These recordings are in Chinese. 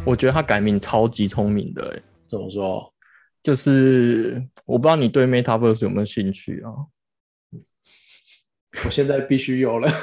我觉得他改名超级聪明的， 怎么说？ 就是我不知道你对 Metaverse 有没有兴趣啊？ 我现在必须有了。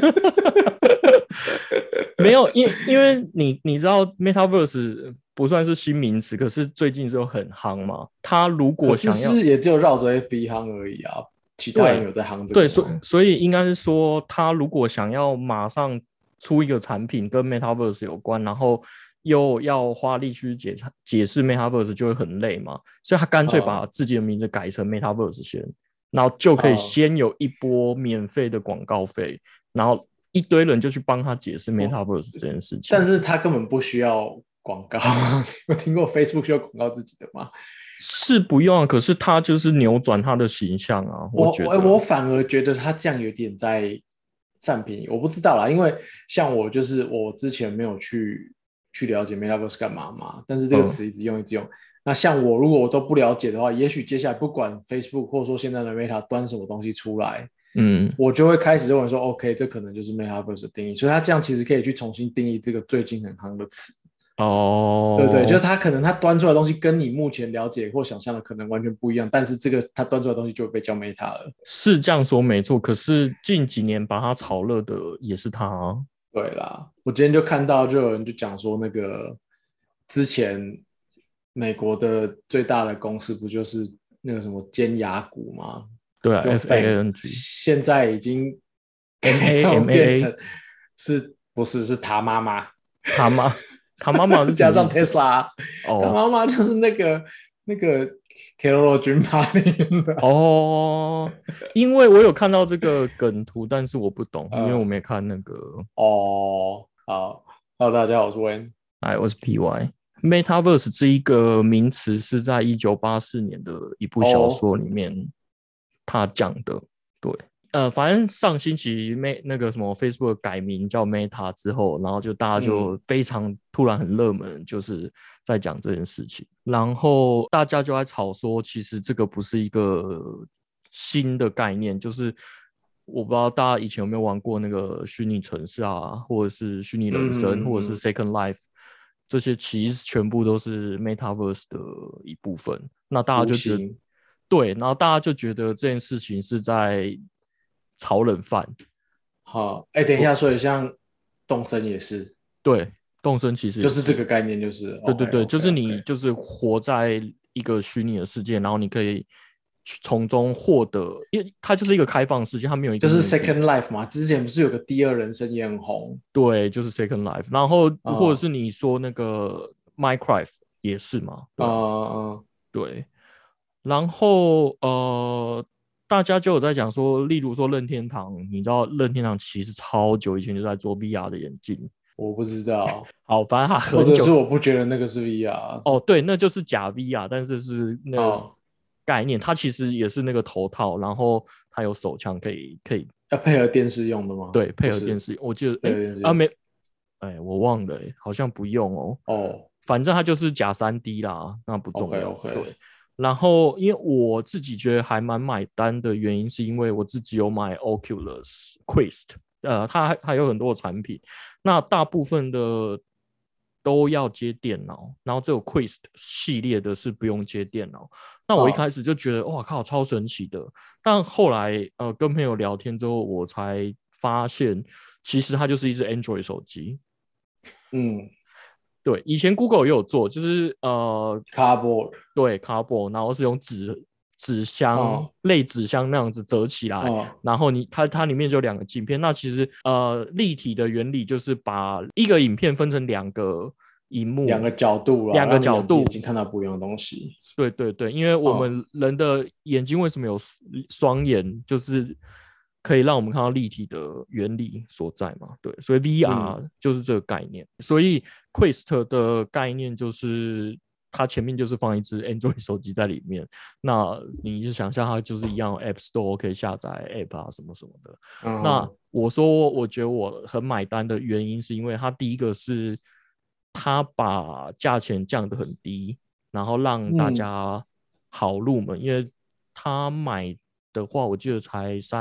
没有，因为你知道 Metaverse 不算是新名词，可是最近就很夯嘛。他如可是果想要是也只有绕着 FB 夯而已啊，其他人对有在夯这对， 个吗？ 所以应该是说，他如果想要马上出一个产品跟 Metaverse 有关，然后又要花力去解释 Metaverse，就会很累嘛。所以他干脆把好自己的名字改成 Metaverse 先，然后就可以好， 先有一波免费的广告费，然后一堆人就去帮他解释 Metaverse 这件事情。 但是他根本不需要广告。有听过 Facebook 需要广告自己的吗？ 是不用啊，可是他就是扭转他的形象啊，我我觉得。 我我反而觉得他这样有点在占便宜，我不知道啦，因为像我就是我之前没有去了解 Metaverse 干嘛嘛，但是这个嗯词一直用一直用。那像我如果我都不了解的话，也许接下来不管 Facebook 或者说现在的 Meta 端什么东西出来， 嗯。 我就会开始认为说，OK，这可能就是 Metaverse 的定义，所以他这样其实可以去重新定义这个最近很夯的词。对对，就是哦， 他端出来的东西跟你目前了解或想象的可能完全不一样，但是这个他端出来的东西就会被叫 Meta 了。 是这样说没错，可是近几年把他炒热的也是他啊。 对啦，我今天就看到就有人就讲说，那个之前美国的最大的公司不就是那个什么尖牙股吗？ 对啊就 FANG， ，FANG， 现在已经 变 MAMAA， 成不是他妈妈？ 他妈他妈妈是什加上么意思？ Tesla，他哦妈妈就是那个 Keroro 军阀里面的。 哦，因为我有看到这个梗图，但是我不懂，因为我呃， 没看那个。 哦，好，Hello，大家好，我是 Wayne。 哎，我是 PY。Metaverse 这一个名词是在1984年的一部小哦， 说里面他讲的。对，反正上星期那个什么 Facebook 改名叫 Meta 之后，然后就大家就嗯非常突然很热门，就是在讲这件事情，然后大家就在吵说，其实这个不是一个新的概念，就是我不知道大家以前有没有玩过那个虚拟城市啊，或者是虚拟人生，或者是嗯嗯嗯， Second Life，这些其实全部都是 Metaverse 的一部分。那大家就觉得， 雏形。 对，然后大家就觉得这件事情是在炒冷饭。 好，哎，等一下，所以像动森也是， 对，动森其实也就是这是。 个概念，就是对对 OK 对，就 OK 是你 OK， 就是活在一个虚拟的世界，然后你可以从中获得，因为它就是一个开放世界，它没有一个就是目的。 Second Life 嘛。之前不是有个第二人生也很红对，就是 Second Life，然后或者是啊你说那个 Minecraft 也是嘛。对啊，对，然后大家就有在讲说，例如说任天堂，你知道任天堂其实超久以前就在做 VR 的眼镜。 我不知道， 好，反正他或者很久。 是我不觉得那个是 VR， 哦，对，那就是假 VR，但是是那个哦， 概念，它其实也是那个头套，然后它有手枪可以要配合电视用的吗？ 对配合电不是， 视，我记得配合电视用。 没我忘了好像不用哦。 哦反正它就是假3D 啦，那不重 ，OK 要。对， OK， 然后因为我自己觉得还蛮买单的原因，是因为我自己有买 Oculus Quest，它还有很多的产品，那大部分的都要接电脑，然后只有 Quest 系列的是不用接电脑。那我一开哦， 始就觉得哇靠，超神奇的，但后来跟朋友聊天之后，我才发现其实它就是一只 Android 手机。 嗯对，以前 Google 也有做，就是 ，Cardboard， 对 Cardboard，然后是用纸箱哦类纸箱那样子折起来， 哦， 然后它里面就2个镜片。那其实立体的原理就是把一个影片分成2个荧幕， 两个角度啦， 两个让你角度。 两只眼睛看到不一样的东西。 对对对，因为我哦， 们人的眼睛为什么有双眼，就是可以让我们看到立体的原理所在嘛。对，所以嗯 VR 就是这个概念。所以 Quest 的概念就是它前面就是放一只 Android 手机在里面，那你就想象它就是一样 App Store 可以下载 App 啊什么什么的。那嗯我说我觉得我很买单的原因是因为它第一个是它把价钱降得很低，然后让大嗯， 家好入门，因为他买的话，我记得才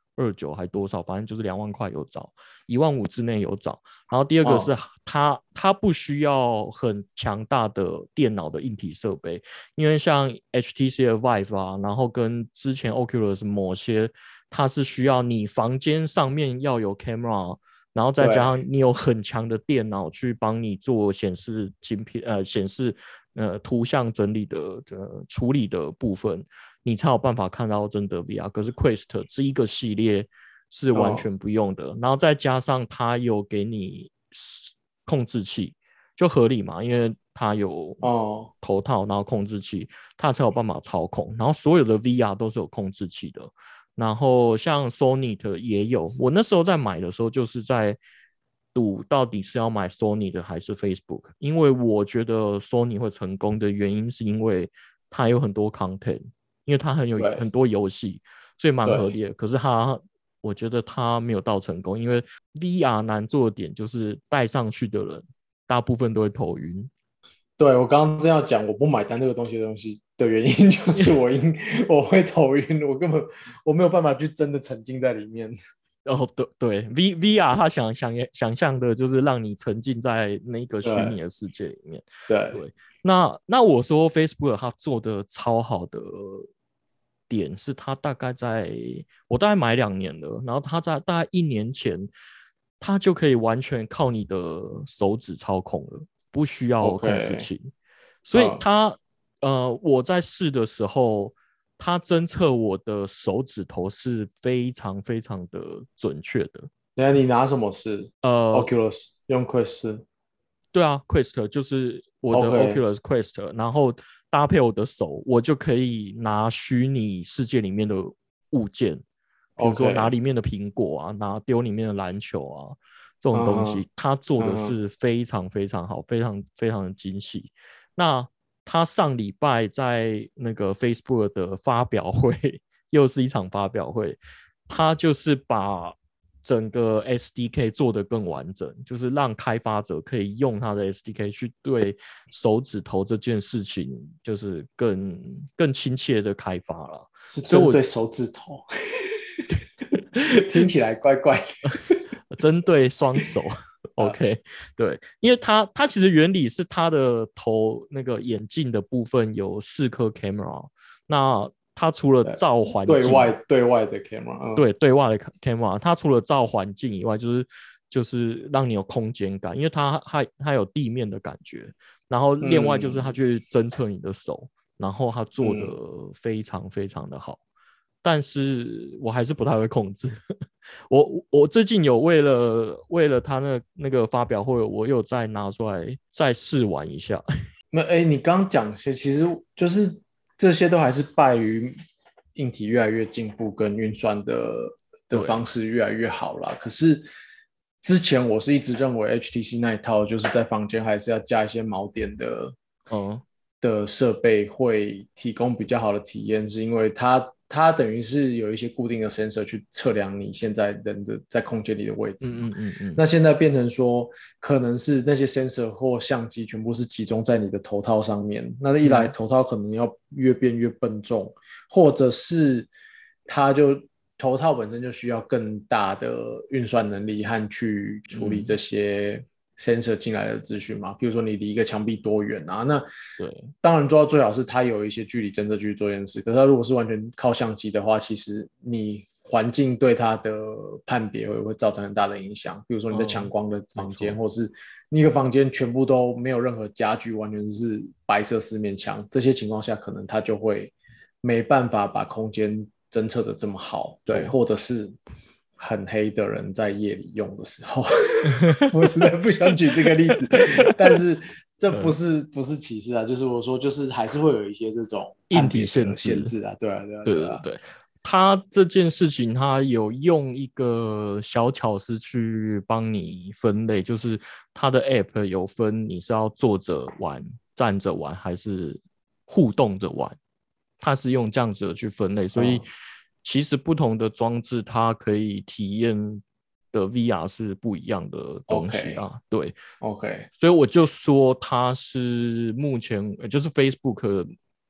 29还多少，反正就是2万块有找，15000之内有找。然后第二个是它不需要很强大的电脑的硬体设备，因为像 HTC 的 Vive 啊，然后跟之前 Oculus 某些，它是需要你房间上面要有 camera。然后再加上你有很强的电脑去帮你做显示晶片显示图像整理的处理的部分，你才有办法看到真的 VR。可是 Quest 这一个系列是完全不用的，然后再加上它有给你控制器，就合理嘛，因为它有头套，然后控制器，它才有办法操控。然后所有的 VR 都是有控制器的。然后像 Sony 的也有，我那时候在买的时候就是在赌到底是要买 Sony 的还是 Facebook， 因为我觉得 Sony 会成功的原因是因为它有很多 content， 因为它很多游戏，所以蛮合理的。可是我觉得它没有到成功，因为 VR 难做的点就是戴上去的人大部分都会头晕。 对，我刚刚正要讲我不买单这个东西的原因，就是我会头晕，我没有办法去真的沉浸在里面。 对 VR 它想象的就是让你沉浸在那个虚拟的世界里面。对，那我说 Facebook 它做的超好的点是，它我大概买2年了，然后它在大概1年前，它就可以完全靠你的手指操控了，不需要控制器。所以我在试的时候，它侦测我的手指头是非常非常的准确的。 那你拿什么试？Oculus 用 Quest。 对啊 ，Quest 就是我的 Oculus Quest，然后搭配我的手，我就可以拿虚拟世界里面的物件，比如说拿里面的苹果啊，拿丢里面的篮球啊，这种东西，它做的是非常非常好，非常非常的精细。那他上礼拜在那个 Facebook 的发表会，又是一场发表会，他就是把整个 SDK 做得更完整，就是让开发者可以用他的 SDK 去对手指头这件事情，就是更亲切的开发了。 是针对手指头，听起来怪怪的。 针对双手。OK， 对，因为它其实原理是它的头那个眼镜的部分有4颗 camera， 那它除了照环境， 对外的 camera， 对外的 camera， 它除了照环境以外，就是让你有空间感，因为它有地面的感觉，然后另外就是它去侦测你的手，然后它做的非常非常的好。但是我还是不太会控制。我最近有为了他那个发表会，我有再拿出来再试玩一下。 你刚讲其实就是这些都还是败于硬体越来越进步，跟运算的方式越来越好啦。可是之前我是一直认为 HTC 那一套就是在房间还是要加一些锚点的设备会提供比较好的体验，是因为它等于是有一些固定的 sensor 去测量你现在人的在空间里的位置嘛。那现在变成说，可能是那些 sensor 或相机全部是集中在你的头套上面。那一来头套可能要越变越笨重，或者是头套本身就需要更大的运算能力和去处理这些sensor 进来的资讯嘛，比如说你离一个墙壁多远啊，那对， 当然做到最好是它有一些距离侦测去做这件事，可是它如果是完全靠相机的话，其实你环境对它的判别会造成很大的影响，比如说你在强光的房间，或是你一个房间全部都没有任何家具，完全是白色四面墙，这些情况下可能它就会没办法把空间侦测的这么好，对，或者是很黑的人在夜里用的时候，我实在不想举这个例子，但是这不是歧视啊，就是我说就是还是会有一些这种硬体限制啊，对啊， 对。他这件事情，他有用一个小巧思去帮你分类，就是他的 App 有分你是要坐着玩、站着玩还是互动着玩，他是用这样子的去分类，所以其实不同的装置它可以体验的 VR 是不一样的东西啊。对 ，OK， 所以我就说它是目前就是 Facebook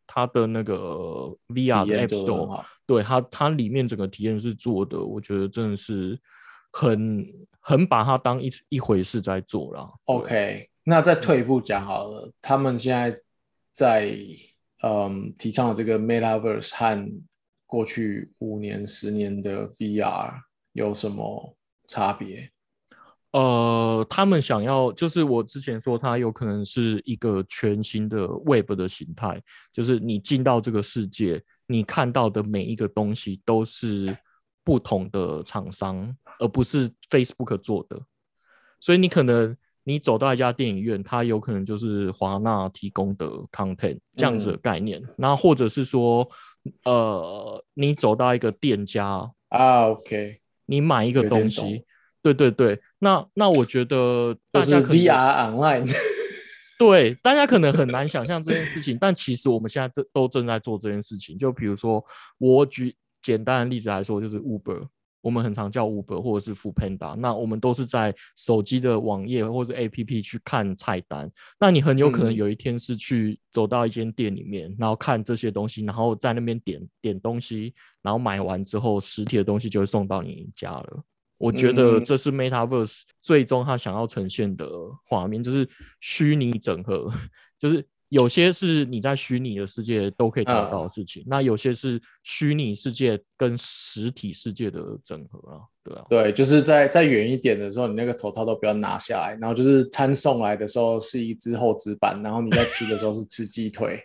它的那个 VR 的 App 做得很 Store， 好。 对它里面整个体验是做的，我觉得真的是很把它当一回事在做啦。 OK，那再退一步讲好了，他们现在在提倡的这个 Metaverse 和过去5年、10年的 VR 有什么差别？ 他们想要就是我之前说，它有可能是一个全新的 Web 的形态，就是你进到这个世界，你看到的每一个东西都是不同的厂商，而不是 Facebook 做的。所以你可能你走到一家电影院，它有可能就是华纳提供的 content 这样子的概念。那或者是说，你走到一个店家 ，OK， 你买一个东西，对对对，那我觉得大家可能就是 VR Online， 对大家可能很难想象这件事情，但其实我们现在都正在做这件事情。就比如说，我举简单的例子来说，就是 Uber。我们很常叫 Uber 或者是 Foodpanda，那我们都是在手机的网页或者 APP 去看菜单。那你很有可能有一天是去走到一间店里面，然后看这些东西，然后在那边点东西，然后买完之后，实体的东西就会送到你家了。我觉得这是 Metaverse 最终他想要呈现的画面，就是虚拟整合，就是有些是你在虚拟的世界都可以达到的事情，那有些是虚拟世界跟实体世界的整合啊，对啊， 对，就是在远一点的时候，你那个头套都不要拿下来，然后就是餐送来的时候是一只厚纸板，然后你在吃的时候是吃鸡腿。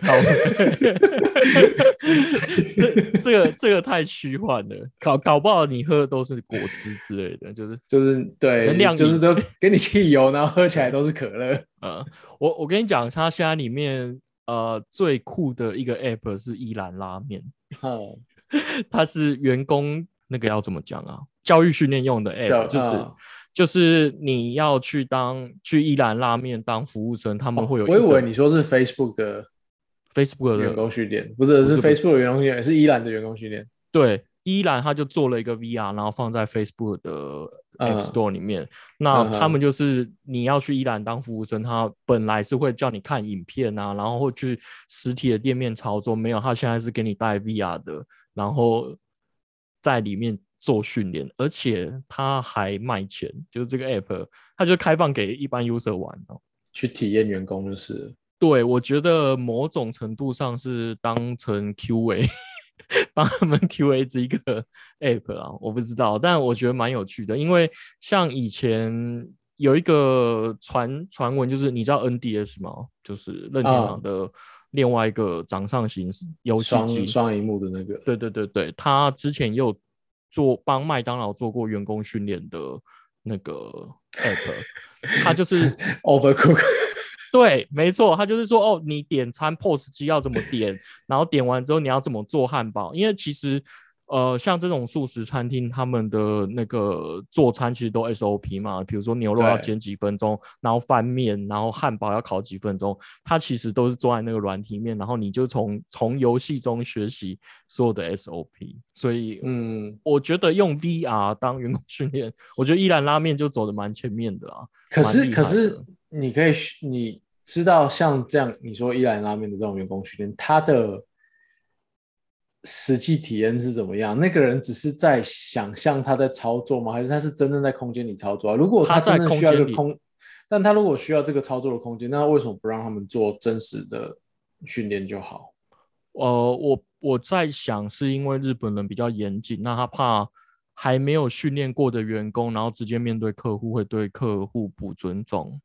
这个太虚幻了，搞不好你喝的都是果汁之类的，就是能对， 量饮， 就是都给你汽油，然后喝起来都是可乐。 我跟你讲，它现在里面最酷的一个 app 是伊兰拉面，它是员工那个要怎么讲啊？教育训练用的 app，就是你要去伊兰拉面当服务生，他们会有我以为你说是 Facebook 的 Facebook 的员工训练，不是 Facebook 的员工训练，是伊兰的员工训练。 对，伊兰他就做了一个 VR，然后放在 Facebook 的 App Store 里面。那他们就是你要去伊兰当服务生，他本来是会叫你看影片啊，然后会去实体的店面操作，没有，他现在是给你带 VR 的，然后在里面做训练，而且他还卖钱，就是这个 App， 它就开放给一般 user 玩哦， 去体验员工就是了。 对，我觉得某种程度上是当成 QA。帮他们 QA 这一个 app 啊，我不知道，但我觉得蛮有趣的，因为像以前有一个传闻，就是你知道 NDS 吗？就是任天堂的另外一个掌上型游戏机， 双萤幕的那个。 对对对对，他之前也有帮麦当劳做过员工训练的那个 app， 他就是 Overcook。 对，没错，他就是说，哦，你点餐 POS 机要怎么点，然后点完之后你要怎么做汉堡，因为其实，像这种素食餐厅，他们的那个做餐其实都 SOP 嘛，比如说牛肉要煎几分钟，然后翻面，然后汉堡要烤几分钟，它其实都是做在那个软体面，然后你就从游戏中学习所有的 SOP， 所以，我觉得用 VR 当员工训练，我觉得伊兰拉面就走得蛮前面的啦， 可是你知道像这样你说伊兰拉面的这种员工训练，他的实际体验是怎么样？那个人只是在想象他在操作吗？还是他是真正在空间里操作啊？如果他真正需要一个但他如果需要这个操作的空间，那为什么不让他们做真实的训练就好？ 我在想是因为日本人比较严谨，那他怕还没有训练过的员工，然后直接面对客户会对客户不尊重。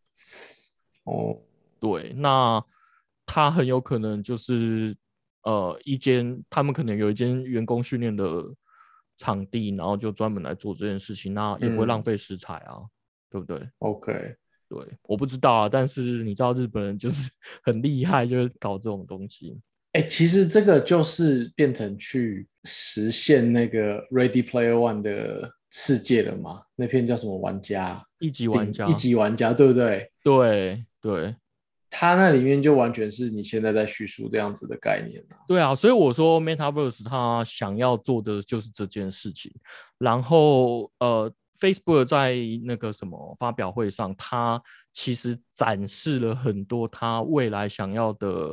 对，那他很有可能就是他们可能有一间员工训练的场地，然后就专门来做这件事情，那也不会浪费食材啊，对不对 ？OK， 对，我不知道啊，但是你知道日本人就是很厉害，就是搞这种东西。 其实这个就是变成去实现那个 Ready Player One 的世界了嘛？那篇叫什么玩家？ 一级玩家， 一级玩家，对不对？ 对对， 它那里面就完全是你现在在叙述这样子的概念啊。 对啊，所以我说 Metaverse 它想要做的就是这件事情。然后Facebook 在那个什么发表会上，它其实展示了很多它未来想要的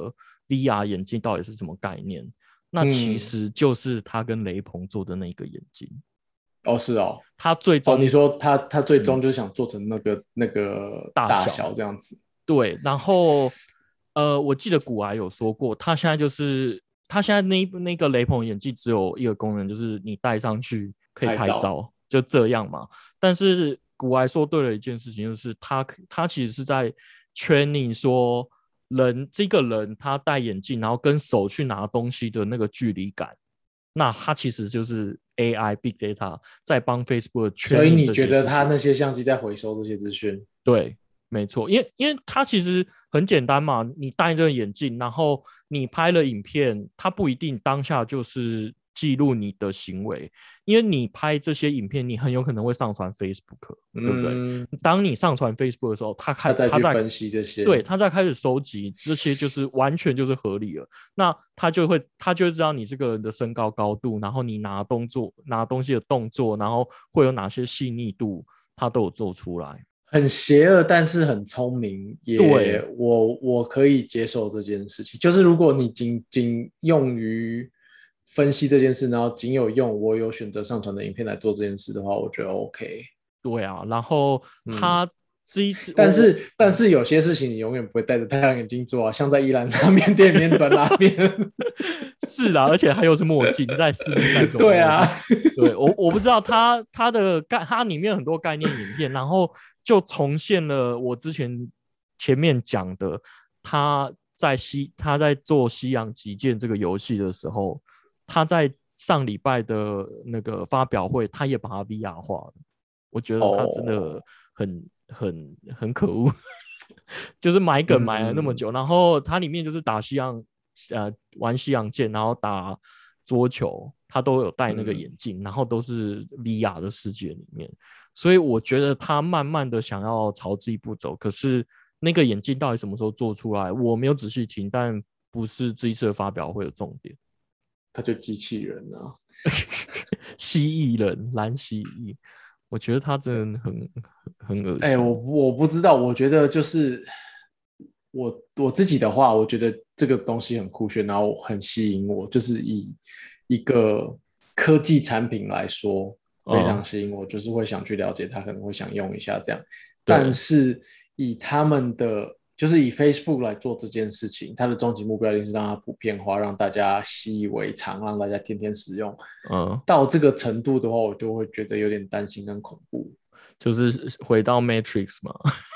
VR 眼镜到底是什么概念，那其实就是他跟雷朋做的那个眼镜。 是哦， 他最终你说他最终就想做成那个大小这样子。 对，然后我记得古癌有说过，他现在那个雷朋眼镜只有一个功能，就是你戴上去可以拍照，就这样嘛。但是古癌说对了一件事情，就是他其实是在 training 说这个人他戴眼镜，然后跟手去拿东西的那个距离感，那他其实就是 AI Big Data 在帮 Facebook training。 所以你觉得他那些相机在回收这些资讯？ 对，没错，因为它其实很简单嘛，你戴这个眼镜，然后你拍了影片，它不一定当下就是记录你的行为，因为你拍这些影片，你很有可能会上传 Facebook，对不对？当你上传 Facebook 的时候，他再去分析这些， 对，他在开始收集这些，就是完全就是合理了。那他就会知道你这个人的身高高度，然后你拿东西的动作，然后会有哪些细腻度，他都有做出来。 很邪恶，但是很聪明，也我可以接受这件事情。就是如果你仅用于分析这件事，然后仅有用我有选择上传的影片来做这件事的话，我觉得 OK。 对啊，然后他这一次， 但是有些事情你永远不会戴着太阳眼镜做啊，像在伊兰拉面店里面端拉面。 是啊，而且还有是墨镜在室内戴着。 对啊， 对我不知道它里面很多概念影片，然后就重现了我前面讲的，他在做西洋击剑这个游戏的时候，他在上礼拜的那个发表会，他也把它 VR 化了。我觉得他真的很可恶，就是埋梗埋了那么久，然后它里面就是玩西洋剑，然后打桌球，他都有戴那个眼镜，然后都是 VR 的世界里面，所以我觉得他慢慢的想要朝这一步走，可是那个眼镜到底什么时候做出来，我没有仔细听，但不是这一次的发表会的重点。 他就机器人啊， 蜥蜴人，蓝蜥蜴。我觉得他真的很恶心。 我不知道，我觉得就是我自己的话，我觉得这个东西很酷炫，然后很吸引我，就是以一个科技产品来说，非常吸引我，就是会想去了解它，可能会想用一下这样。但是以他们的就是以 Facebook 来做这件事情，它的终极目标一定是让它普遍化，让大家习以为常，让大家天天使用。到这个程度的话，我就会觉得有点担心跟恐怖。 就是回到 Matrix 嘛。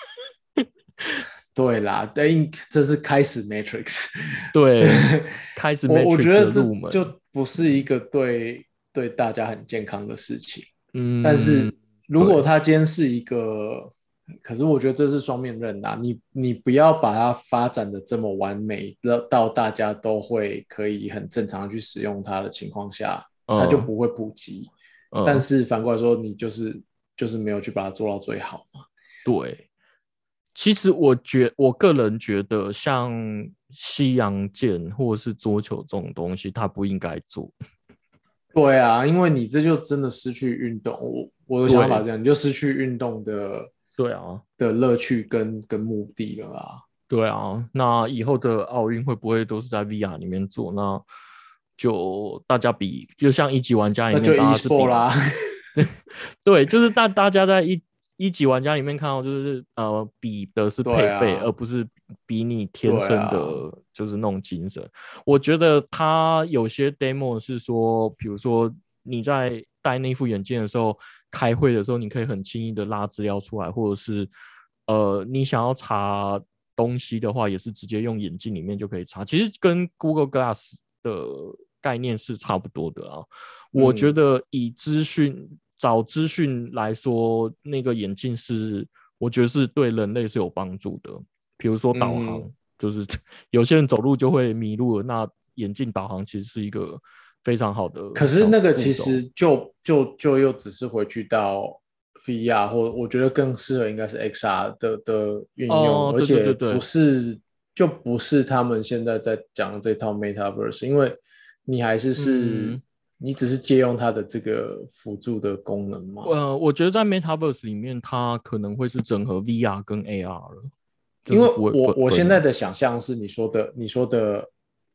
对啦，对，这是开始 Matrix。 对，开始 Matrix 我觉得入门就不是一个对大家很健康的事情。但是如果它今天是一个，可是我觉得这是双面刃啊，你不要把它发展的这么完美，到大家都会可以很正常的去使用它的情况下，它就不会普及。但是反过来说，你就是没有去把它做到最好嘛。 对，其实我个人觉得，像西洋剑或者是桌球这种东西，它不应该做。 对啊，因为你这就真的失去运动。我的想法是这样，你就失去运动的乐趣跟目的了啊。 对啊，那以后的奥运会不会都是在 VR 里面做？那就大家比，就像一级玩家里面， 那就 e-sport 啦。 对，就是大家在一级玩家里面看到，就是比的是配备，而不是比你天生的，就是那种精神。我觉得他有些 demo 是说，比如说你在戴那副眼镜的时候，开会的时候，你可以很轻易的拉资料出来，或者是你想要查东西的话，也是直接用眼镜里面就可以查。其实跟 Google Glass 的概念是差不多的啊。我觉得以找资讯来说，那个眼镜我觉得是对人类是有帮助的。比如说导航，就是有些人走路就会迷路了，那眼镜导航其实是一个非常好的。 可是那个其实就又只是回去到 VR， 或我觉得更适合应该是 XR 的运用，而且不是他们现在在讲的这套 Metaverse， 因为你还是你只是借用它的这个辅助的功能嘛。 我觉得在 Metaverse 里面，它可能会是整合 VR 跟 AR 了。 因为我现在的想象是你说的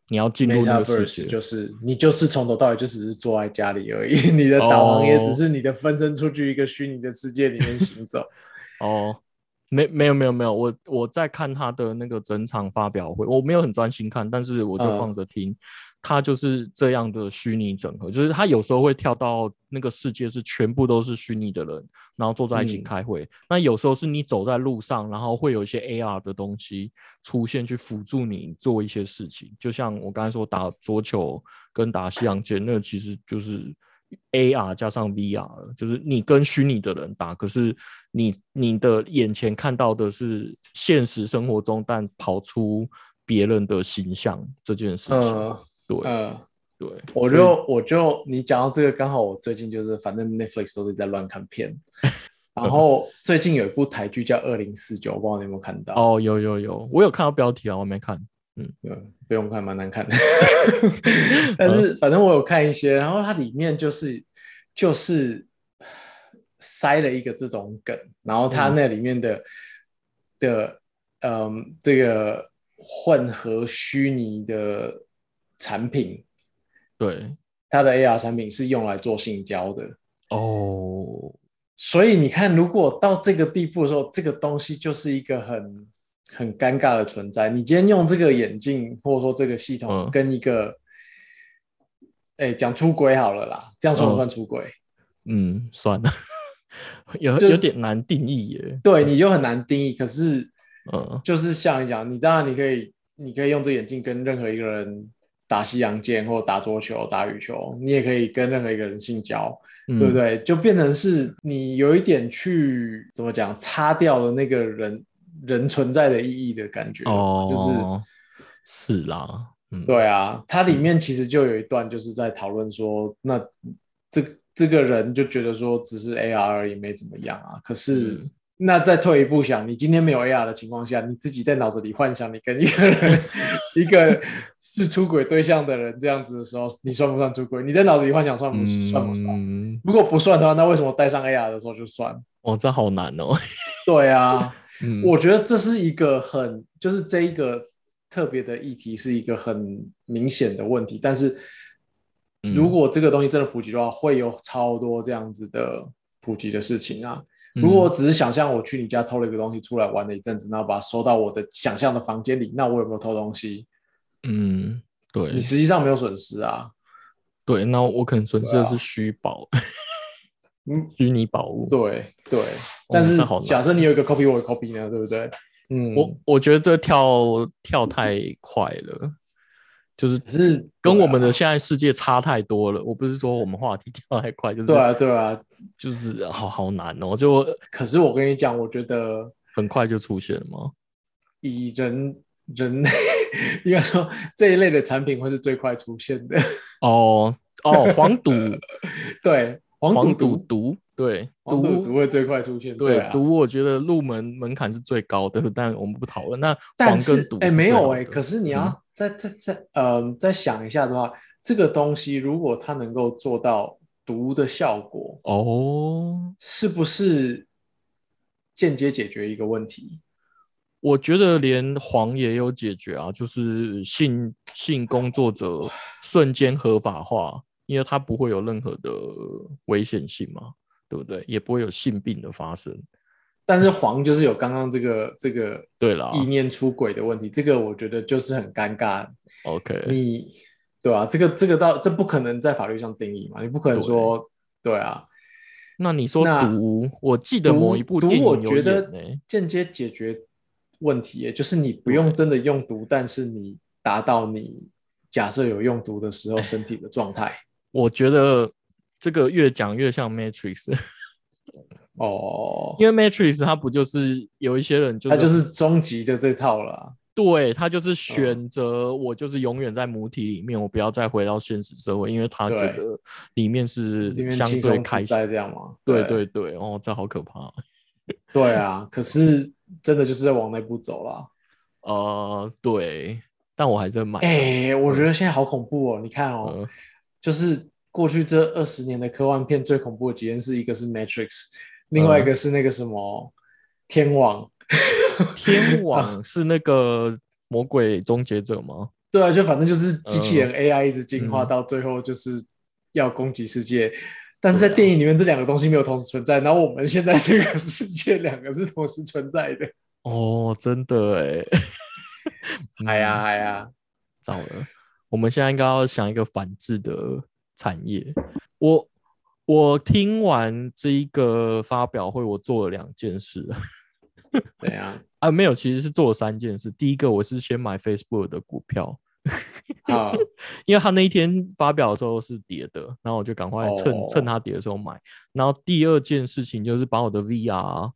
你要进入那个世 Metaverse 界， 就是你就是从头到尾就只是坐在家里而已，你的导航也只是你的分身出去一个虚拟的世界里面行走。 哦，没有，我在看他的那个整场发表会，我没有很专心看，但是我就放着听。他就是这样的虚拟整合，就是他有时候会跳到那个世界是全部都是虚拟的人，然后坐在一起开会。那有时候是你走在路上，然后会有一些 AR 的东西出现去辅助你做一些事情，就像我刚才说打桌球跟打西洋剑，那其实就是 AR 加上 VR 了，就是你跟虚拟的人打，可是你的眼前看到的是现实生活中但跑出别人的形象这件事情。对对， 我就你讲到这个，刚好我最近就是反正 Netflix 都是在乱看片，然后最近有一部台剧叫《2049》，我不知道你有没有看到？ 哦，有，我有看到标题啊，我没看。 不用看，蛮难看的。但是反正我有看一些，然后它里面就是塞了一个这种梗，然后它那里面的这个混合虚拟的产品， 对， 它的 AR 产品是用来做性交的。 哦， 所以你看，如果到这个地步的时候，这个东西就是一个很尴尬的存在。你今天用这个眼镜，或者说这个系统，跟一个，讲出轨好了啦，这样算不算出轨？ 算了，有点难定义耶。 对，你就很难定义。可是，就是像你讲，你当然你可以用这眼镜跟任何一个人打西洋剑，或打桌球、打羽球，你也可以跟任何一个人性交。对不对？就变成是你有一点去怎么讲，擦掉了那个人存在的意义的感觉。 是啦， 对啊，它里面其实就有一段就是在讨论说，那这个人就觉得说只是 AR 而已，没怎么样啊。可是那再退一步想，你今天没有 AR 的情况下，你自己在脑子里幻想你跟一个人一个是出轨对象的人这样子的时候，你算不算出轨？你在脑子里幻想算不算？如果不算的话，那为什么戴上 AR 的时候就算？ 这好难哦。 对啊，我觉得这是一个就是这一个特别的议题是一个很明显的问题，但是如果这个东西真的普及的话，会有超多这样子的普及的事情啊。如果我只是想象我去你家偷了一个东西出来玩了一阵子，然后把它收到我的想象的房间里，那我有没有偷东西？ 对， 你实际上没有损失啊。 对，那我可能损失的是虚宝，虚拟宝物。 对，但是假设你有一个 copy， 我有 copy 呢，对不对？ 我觉得这跳太快了，就是跟我们的现在世界差太多了。我不是说我们话题跳太快，就是对啊， 就是好难哦。 可是我跟你讲，我觉得很快就出现了吗？ 以人应该说这一类的产品会是最快出现的。 黄赌， 对， 黄赌，对， 赌会最快出现。对啊， 赌我觉得入门槛是最高的，但我们不讨论。那黄跟赌没有可是你要再想一下的话，这个东西如果它能够做到毒的效果，是不是间接解决一个问题？ 我觉得连黄也有解决啊，就是性工作者瞬间合法化，因为它不会有任何的危险性嘛，对不对？也不会有性病的发生。 但是黄就是有刚刚这个对啦， 意念出轨的问题，这个我觉得就是很尴尬。 OK， 对啊，这不可能在法律上定义嘛，你不可能说对啊。 那你说毒，我记得某一部电影有演我觉得间接解决问题，也就是你不用真的用毒，但是你达到你假设有用毒的时候身体的状态。 我觉得这个越讲越像 Matrix。因为 Matrix 它不就是有一些人它就是终极的这套了。 对，他就是选择我就是永远在母体里面，我不要再回到现实社会，因为他觉得里面是相对开心这样嘛。 对，这好可怕。 对啊，可是真的就是在往那步走啦。 对，但我还是买。 我觉得现在好恐怖哦！你看哦，就是过去这20年的科幻片最恐怖的几件事，一个是 Matrix， 另外一个是那个什么天网。 天网是那个魔鬼终结者吗？ 对啊，就反正就是机器人 AI 一直进化到最后就是要攻击世界，但是在电影里面这两个东西没有同时存在，然后我们现在这个世界两个是同时存在的。 哦，真的哎， 哎呀哎呀， 糟了，我们现在应该要想一个反制的产业。我我听完这一个发表会，我做了2件事。 怎样？ 啊，没有，其实是做了3件事。第一个，我是先买 Facebook 的股票， 好因为他那一天发表的时候是跌的，然后我就赶快趁哦， 他跌的时候买。然后第二件事情就是把我的 VR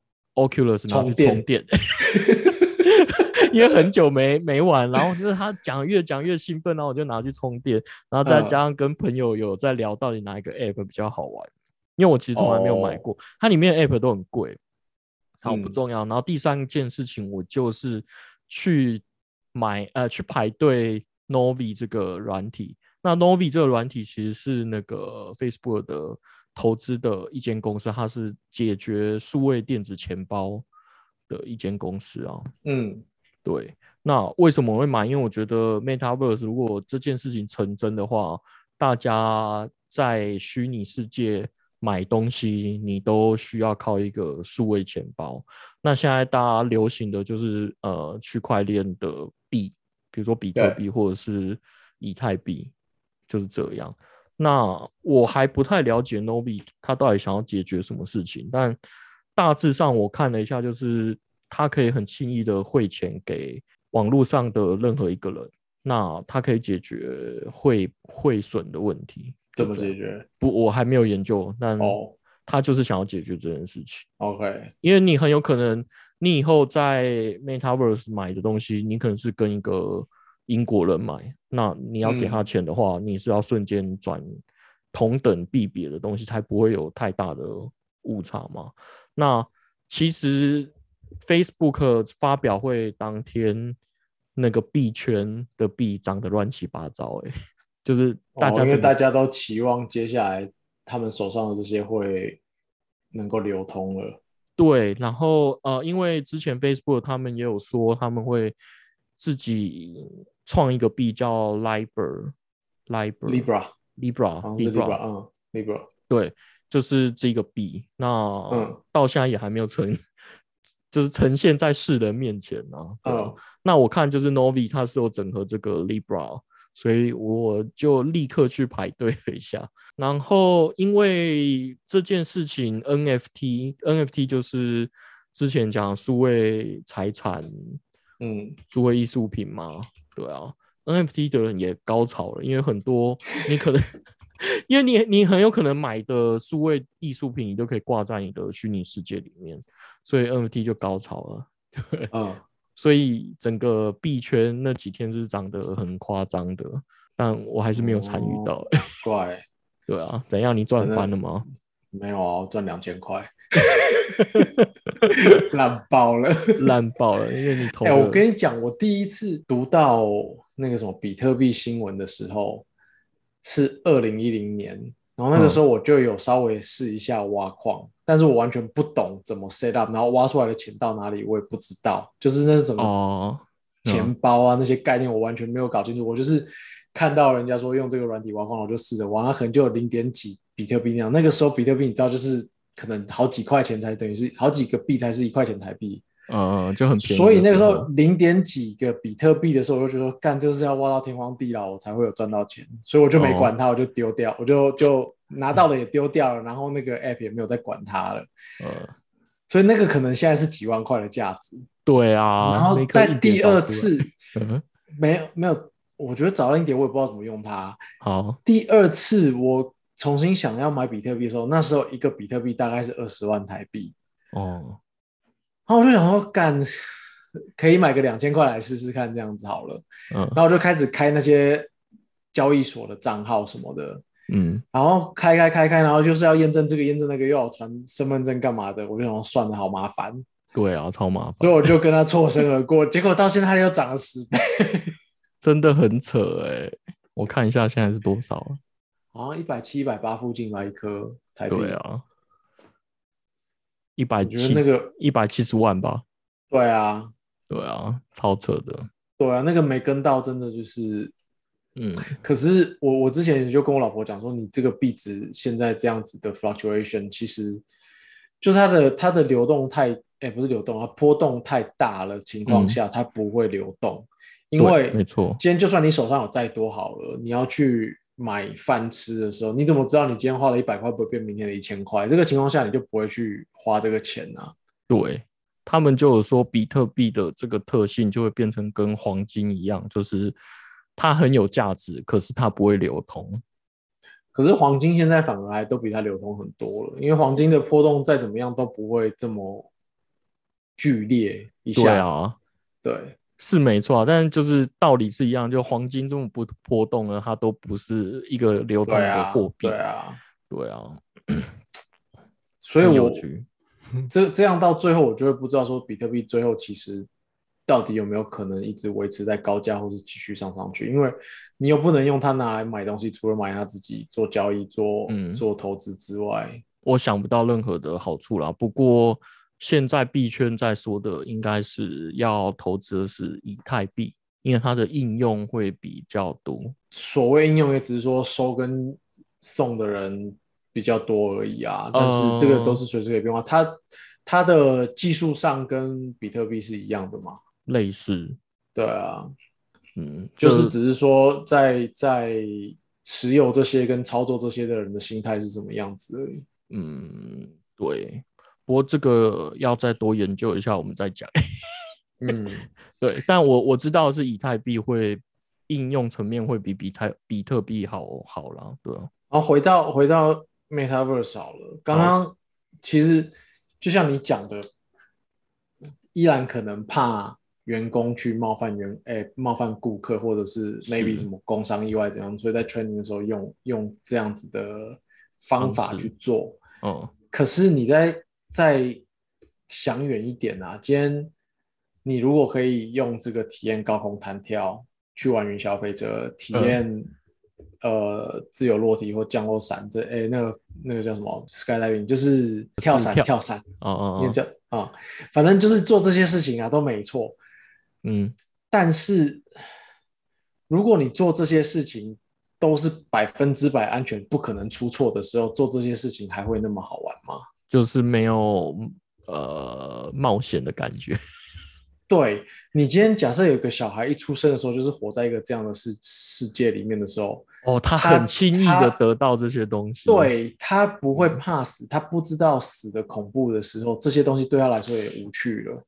Oculus 拿去充电。 充电。因为很久没玩，然后就是他越讲越兴奋，然后我就拿去充电，然后再加上跟朋友有在聊到底哪一个 app 比较好玩，因为我其实从来没有买哦， 过，它里面的 app 都很贵，好不嗯， 重要。然后第三件事情，我就是去去排队 Novi 这个软体。那 Novi 这个软体其实是那个 Facebook 的投资的一间公司，它是解决数位电子钱包的一间公司啊。 嗯， 对，那为什么我会买？因为我觉得 Metaverse 如果这件事情成真的话，大家在虚拟世界买东西，你都需要靠一个数位钱包。那现在大家流行的就是区块链的币，比如说比特对， 币或者是以太币，就是这样。那我还不太了解 Novi 它到底想要解决什么事情，但大致上我看了一下，就是它可以很轻易的汇钱给网络上的任何一个人，那它可以解决汇损的问题， 怎么就这样。 解决？ 不，我还没有研究，但哦他就是想要解决这件事情， ，OK， 因为你很有可能，你以后在 Metaverse 买的东西，你可能是跟一个英国人买，那你要给他嗯， 钱的话，你是要瞬间转同等币别的东西，才不会有太大的误差嘛。那其实 Facebook 发表会当天，那个币圈的币涨得乱七八糟、欸，就是大哦，因为家整个大家都期望接下来他们手上的这些会能够流通了。 对，然后因为之前 Facebook 他们也有说他们会自己创一个币叫 Libra Libra Libra 好像是 Libra， Libra，Libra， 对，就是这个币。那嗯到现在也还没有就是呈现在世人面前啊，对啊。 嗯， 那我看就是 Novi 它是有整合这个 Libra，所以我就立刻去排队了一下。然后因为这件事情，NFT 就是之前讲数位财产、 嗯， 数位艺术品嘛，对啊，NFT 的人也高潮了，因为很多你可能因为你很有可能买的数位艺术品，你都可以挂在你的虚拟世界里面，所以 NFT 就高潮了。对， 嗯， 所以整个币圈那几天是涨得很夸张的，但我还是没有参与哦， 到。 难怪， 对啊，怎样？你赚反正翻了吗？ 没有啊，我赚2000块，烂爆了。 烂爆了，因为你哎、我投的跟你讲，我第一次读到那个什么比特币新闻的时候是2010年，然后那个时嗯候我就有稍微试一下挖矿，但是我完全不懂怎么 set up，然后挖出来的钱到哪里我也不知道，就是那是什么哦， 钱包啊那些概念我完全没有搞清楚，我就是看到人家说用这个软体挖矿，我就试着挖，它可能就有0.几比特币那样，那个时候比特币你知道就是可能好几块钱才等于是好几个币才是1块钱台币。 就很便宜所以那个时候的时候， 0.几个比特币的时候，我就觉得说干这是要挖到天荒地老，我才会有赚到钱，所以我就没管哦， 它，我就丢掉，我就拿到了也丢掉了，然后那个 app 也没有再管它了， 呃， 所以那个可能现在是几万块的价值。 对啊，那然后颗硬碟在第找出来， 二次嗯， 没有，我觉得找到硬碟我也不知道怎么用它。 好， 第二次我重新想要买比特币的时候，那时候一个比特币大概是20万台币， 哦， 然后我就想说，干，可以买个2000块来试试看，这样子好了。 嗯然后我就开始开那些交易所的账号什么的， 嗯， 然后开，然后就是要验证这个验证那个，又要传身份证干嘛的，我就想说算了，好麻烦， 对啊，超麻烦， 所以我就跟他错身而过。结果到现在他又涨了10倍， 真的很扯哎。我看一下现在是多少了？ 好像170、180附近吧，一颗台币。 对啊，一百我觉得七十那个， 170万吧。 对啊， 对啊，超扯的。 对啊，那个没跟到，真的就是。 嗯， 可是我之前就跟我老婆讲说，你这个币值现在这样子的 fluctuation，其实就它的流动太，哎，不是流动，它波动太大了情况嗯， 下，它不会流动。因对， 为没错。 今天就算你手上有再多好了，你要去买饭吃的时候，你怎么知道你今天花了100块不会变明天的1000块？这个情况下，你就不会去花这个钱啊。 对，他们就有说，比特币的这个特性就会变成跟黄金一样，就是它很有价值，可是它不会流通。 可是黄金现在反而还都比它流通很多了，因为黄金的波动再怎么样都不会这么剧烈一下子。 对啊， 对是没错啊，但是就是道理是一样，就黄金这么不波动呢，它都不是一个流通的对啊， 货币。 对啊， 对啊，很有所以趣。 这样到最后，我就会不知道说比特币最后其实到底有没有可能一直维持在高价，或是继续上去？因为你又不能用它拿来买东西，除了买它自己做交易、做嗯， 做投资之外， 我想不到任何的好处啦。不过现在币圈在说的应该是要投资的是以太币，因为它的应用会比较多。 所谓应用也只是说收跟送的人比较多而已啊，但是这个都呃， 是随时可以变化。它的技术上跟比特币是一样的嘛？ 类似。 对啊， 嗯，就就是只是说在持有这些跟操作这些的人的心态是什么样子而已。 对。不过这个要再多研究一下，我们再讲。 嗯， 对，但我知道是以太币会应用层面会比比特币好啦。对啊。 然后回到 Metaverse 好了，刚好。 刚其实就像你讲的，依然可能怕员工去冒犯顾客，或者是 maybe 什是么工伤意外怎样，所以在 training 的时候用这样子的方法去方式。 做。 嗯可是你再想远一点啊，今天你如果可以用这个体验高空弹跳，去玩云霄飞车，体嗯， 验自由落体或降落伞，那个叫什么 skydiving，就是跳伞跳伞， 哦哦哦。 那叫反正就是做这些事情啊都没错。 嗯， 但是如果你做这些事情都是100%安全，不可能出错的时候，做这些事情还会那么好玩吗？ 就是没有冒险的感觉。 对，你今天假设有一个小孩一出生的时候，就是活在一个这样的世界里面的时候， 哦，他很他轻易的他得到这些东西。 对他不会嗯怕死，他不知道死的恐怖的时候，这些东西对他来说也无趣了，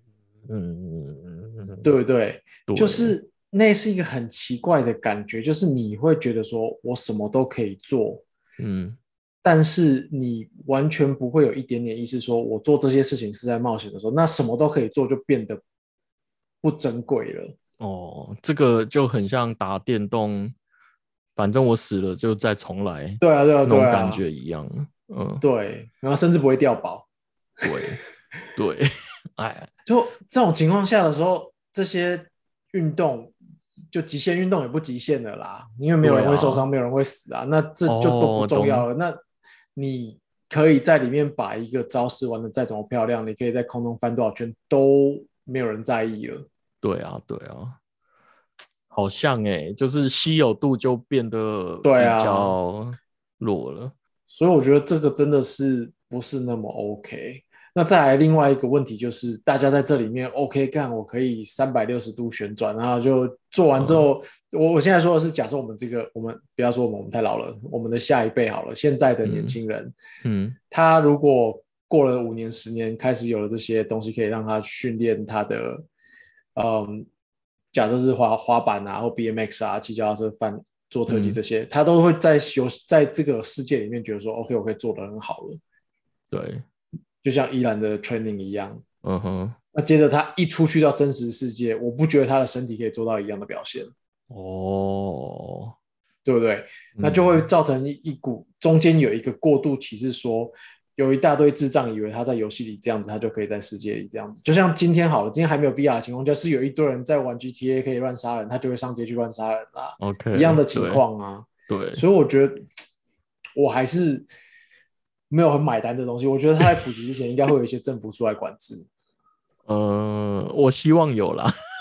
对不对？就对。 是那是一个很奇怪的感觉，就是你会觉得说我什么都可以做， 嗯， 但是你完全不会有一点点意识，说我做这些事情是在冒险的时候，那什么都可以做就变得不珍贵了。 哦，这个就很像打电动，反正我死了就再重来对啊，对啊， 那种感对啊， 觉一样。嗯， 对，然后甚至不会掉宝。 对对。哎， 就这种情况下的时候，这些运动就极限运动也不极限的啦，因为没有人会受伤， 对啊。 没有人会死啊，那这就都不哦，懂。 重要了。那你可以在里面把一个招式玩的再怎么漂亮，你可以在空中翻多少圈，都没有人在意了。 对啊，对啊，好像就是稀有度就变得对比啊， 较弱了。 所以我觉得这个真的是不是那么 OK。那再来另外一个问题就是，大家在这里面 OK 干，我可以360度旋转，然后就做完之嗯后，我现在说的是，假设我们不要说我们太老了，我们的下一辈好了，现在的年嗯轻人， 嗯他如果过了5年10年，开始有了这些东西，可以让他训练他的，嗯，假设是滑板啊，或 BMX 啊，骑脚踏车做特技嗯， 这些，他都会在这个世界里面觉得说，OK，我可以做得很好了， 对。 就像依兰的 training 一样。 嗯哼。 那接着他一出去到真实世界，我不觉得他的身体可以做到一样的表现， 哦。 对不对？那就会嗯， 造成一股中间有一个过渡期，是说有一大堆智障以为他在游戏里这样子，他就可以在世界里这样子。就像今天好了，今天还没有 VR 的情况下，是有一堆人在玩 GTA 可以乱杀人，他就会上街去乱杀人啦，一样 OK， 的情对况啊。 对。 所以我觉得我还是没有很买单这东西。我觉得他在普及之前，应该会有一些政府出来管制。 我希望有啦。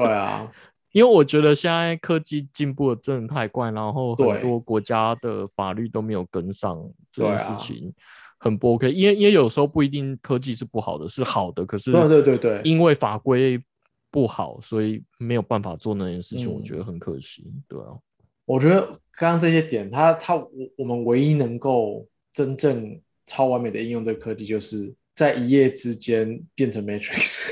对啊， 因为我觉得现在科技进步的真的太快，然后很对多国家的法律都没有跟上这件对啊， 事情，很不 OK。因为有时候不一定科技是不好的，是好的，可是对对对对， 因为法规不好，所以没有办法做那件事情，我觉得嗯， 很可惜。对啊， 我觉得刚刚这些点，我们唯一能够真正超完美的应用这个科技，就是在一夜之间变成 Matrix。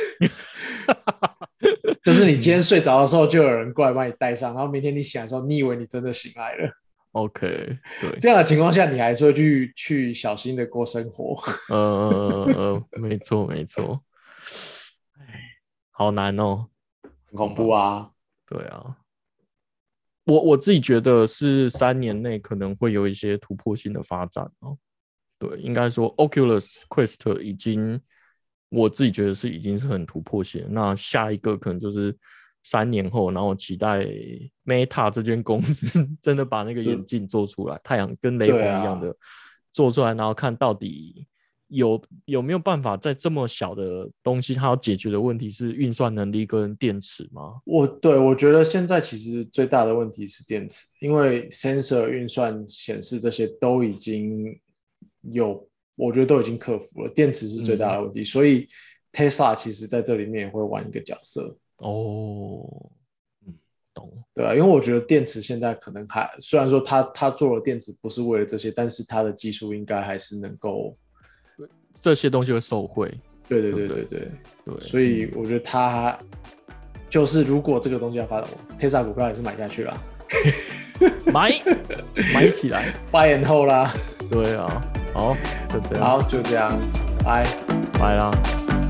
就是你今天睡着的时候，就有人过来把你带上，然后明天你醒来的时候，你以为你真的醒来了。 OK，对， 这样的情况下，你还是会去小心的过生活。 没错没错，好难哦， 很恐怖啊！ 对啊。我自己觉得是3年内可能会有一些突破性的发展哦。对，应该说 Oculus Quest 已经，我自己觉得已经是很突破性。那下一个可能就是3年后，然后期待 Meta 这间公司真的把那个眼镜做出来，太阳跟雷朋一样的做出来，然后看到底有没有办法在这么小的东西，它要解决的问题是运算能力跟电池吗？ 我觉得现在其实最大的问题是电池，因为 sensor 运算显示这些都已经我觉得都已经克服了，电池是最大的问题，所以 Tesla 其实在这里面也会玩一个角色。 哦，懂。 对啊，因为我觉得电池现在可能虽然说他做了电池不是为了这些，但是他的技术应该还是能够这些东西会受惠。 对对对，所以我觉得他就是如果这个东西要发展，Tesla 股票还是买下去啦， 买起来 ，buy and hold 啦。 对啊，好，就这样， 好，就这样，拜拜啦。